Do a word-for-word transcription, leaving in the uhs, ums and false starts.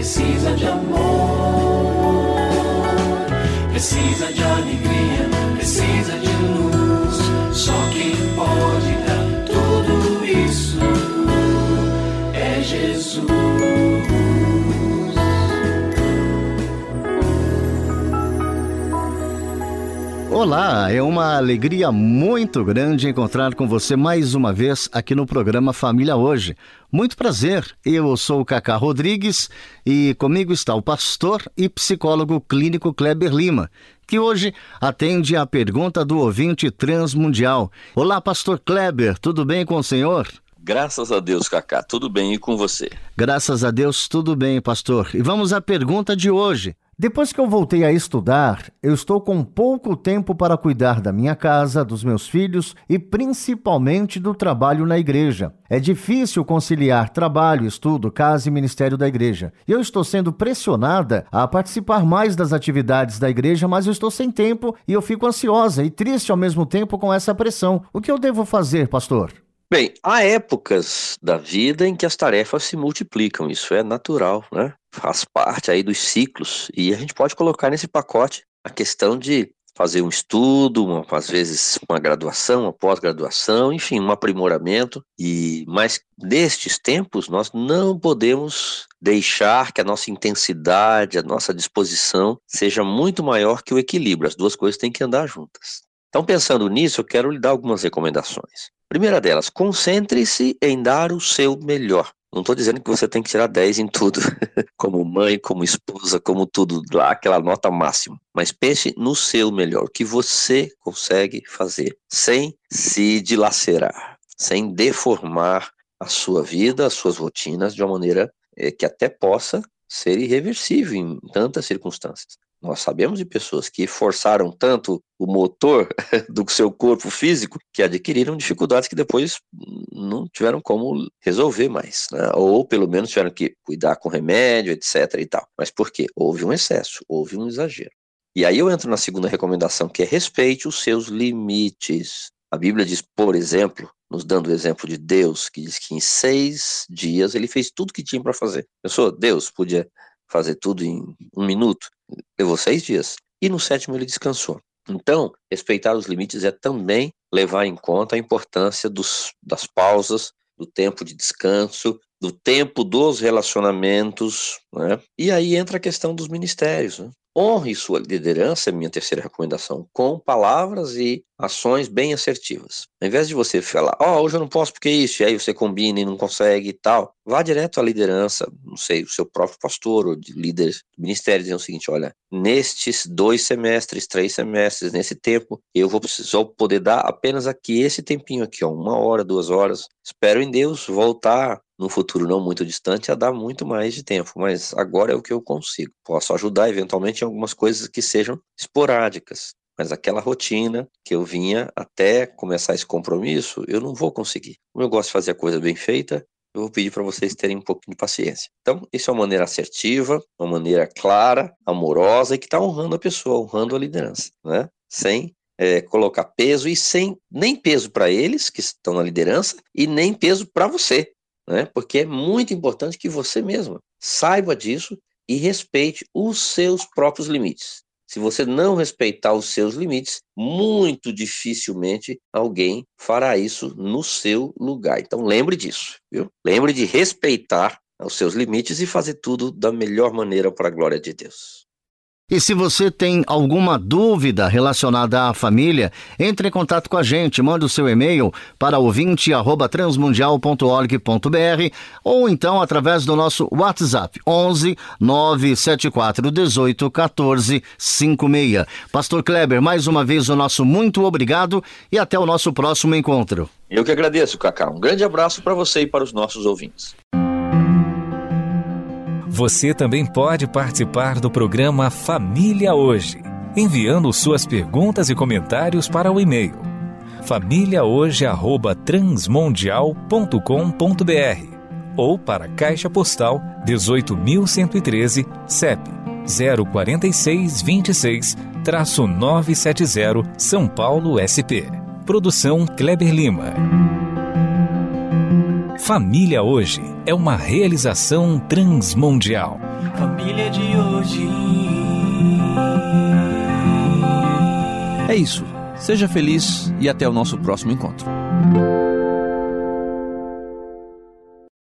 precisa de amor, precisa de alegria, precisa de luz. Só quem pode dar tudo isso é Jesus. Olá, é uma alegria muito grande encontrar com você mais uma vez aqui no programa Família Hoje. Muito prazer, eu sou o Cacá Rodrigues e comigo está o pastor e psicólogo clínico Kleber Lima, que hoje atende a pergunta do ouvinte transmundial. Olá, pastor Kleber, tudo bem com o senhor? Graças a Deus, Cacá, tudo bem e com você? Graças a Deus, tudo bem, pastor. E vamos à pergunta de hoje. Depois que eu voltei a estudar, eu estou com pouco tempo para cuidar da minha casa, dos meus filhos e principalmente do trabalho na igreja. É difícil conciliar trabalho, estudo, casa e ministério da igreja. Eu estou sendo pressionada a participar mais das atividades da igreja, mas eu estou sem tempo e eu fico ansiosa e triste ao mesmo tempo com essa pressão. O que eu devo fazer, pastor? Bem, há épocas da vida em que as tarefas se multiplicam, isso é natural, né? Faz parte aí dos ciclos e a gente pode colocar nesse pacote a questão de fazer um estudo, uma, às vezes uma graduação, uma pós-graduação, enfim, um aprimoramento. E, mas nestes tempos nós não podemos deixar que a nossa intensidade, a nossa disposição seja muito maior que o equilíbrio, as duas coisas têm que andar juntas. Então, pensando nisso, eu quero lhe dar algumas recomendações. Primeira delas, concentre-se em dar o seu melhor. Não estou dizendo que você tem que tirar dez em tudo, como mãe, como esposa, como tudo, lá aquela nota máxima. Mas pense no seu melhor, o que você consegue fazer, sem se dilacerar, sem deformar a sua vida, as suas rotinas, de uma maneira é, que até possa ser irreversível em tantas circunstâncias. Nós sabemos de pessoas que forçaram tanto o motor do seu corpo físico que adquiriram dificuldades que depois não tiveram como resolver mais, né? Ou pelo menos tiveram que cuidar com remédio, etc e tal. Mas por quê? Houve um excesso, houve um exagero. E aí eu entro na segunda recomendação, que é respeite os seus limites. A Bíblia diz, por exemplo, nos dando o exemplo de Deus, que diz que em seis dias ele fez tudo que tinha para fazer. Pensou, Deus podia fazer tudo em um minuto? Levou seis dias. E no sétimo ele descansou. Então, respeitar os limites é também levar em conta a importância dos, das pausas, do tempo de descanso, do tempo dos relacionamentos, né? E aí entra a questão dos ministérios, né? Honre sua liderança, minha terceira recomendação, com palavras e ações bem assertivas. Ao invés de você falar, ó, oh, hoje eu não posso porque isso, e aí você combina e não consegue e tal, vá direto à liderança, não sei, o seu próprio pastor ou de líderes do ministério, dizendo o seguinte, olha, nestes dois semestres, três semestres, nesse tempo, eu vou precisar poder dar apenas aqui esse tempinho aqui, ó, uma hora, duas horas. Espero em Deus voltar no futuro não muito distante a dar muito mais de tempo, mas agora é o que eu consigo. Posso ajudar eventualmente em algumas coisas que sejam esporádicas, mas aquela rotina que eu vinha até começar esse compromisso, eu não vou conseguir. Como eu gosto de fazer a coisa bem feita, eu vou pedir para vocês terem um pouquinho de paciência. Então, isso é uma maneira assertiva, uma maneira clara, amorosa e que está honrando a pessoa, honrando a liderança, né? Sem é, colocar peso e sem nem peso para eles que estão na liderança e nem peso para você. Né? Porque é muito importante que você mesma saiba disso e respeite os seus próprios limites. Se você não respeitar os seus limites, muito dificilmente alguém fará isso no seu lugar. Então lembre disso, viu? Lembre de respeitar os seus limites e fazer tudo da melhor maneira para a glória de Deus. E se você tem alguma dúvida relacionada à família, entre em contato com a gente, manda o seu e-mail para ouvinte arroba transmundial ponto org ponto br ou então através do nosso WhatsApp onze nove sete quatro um oito um quatro cinco seis. Pastor Kleber, mais uma vez o nosso muito obrigado e até o nosso próximo encontro. Eu que agradeço, Cacá. Um grande abraço para você e para os nossos ouvintes. Você também pode participar do programa Família Hoje, enviando suas perguntas e comentários para o e-mail família hoje arroba transmundial ponto com ponto br ou para a Caixa Postal dezoito mil cento e treze, C E P zero quatro seis dois seis, nove sete zero, São Paulo, S P. Produção Kleber Lima. Família Hoje é uma realização transmundial. Família de hoje. É isso. Seja feliz e até o nosso próximo encontro.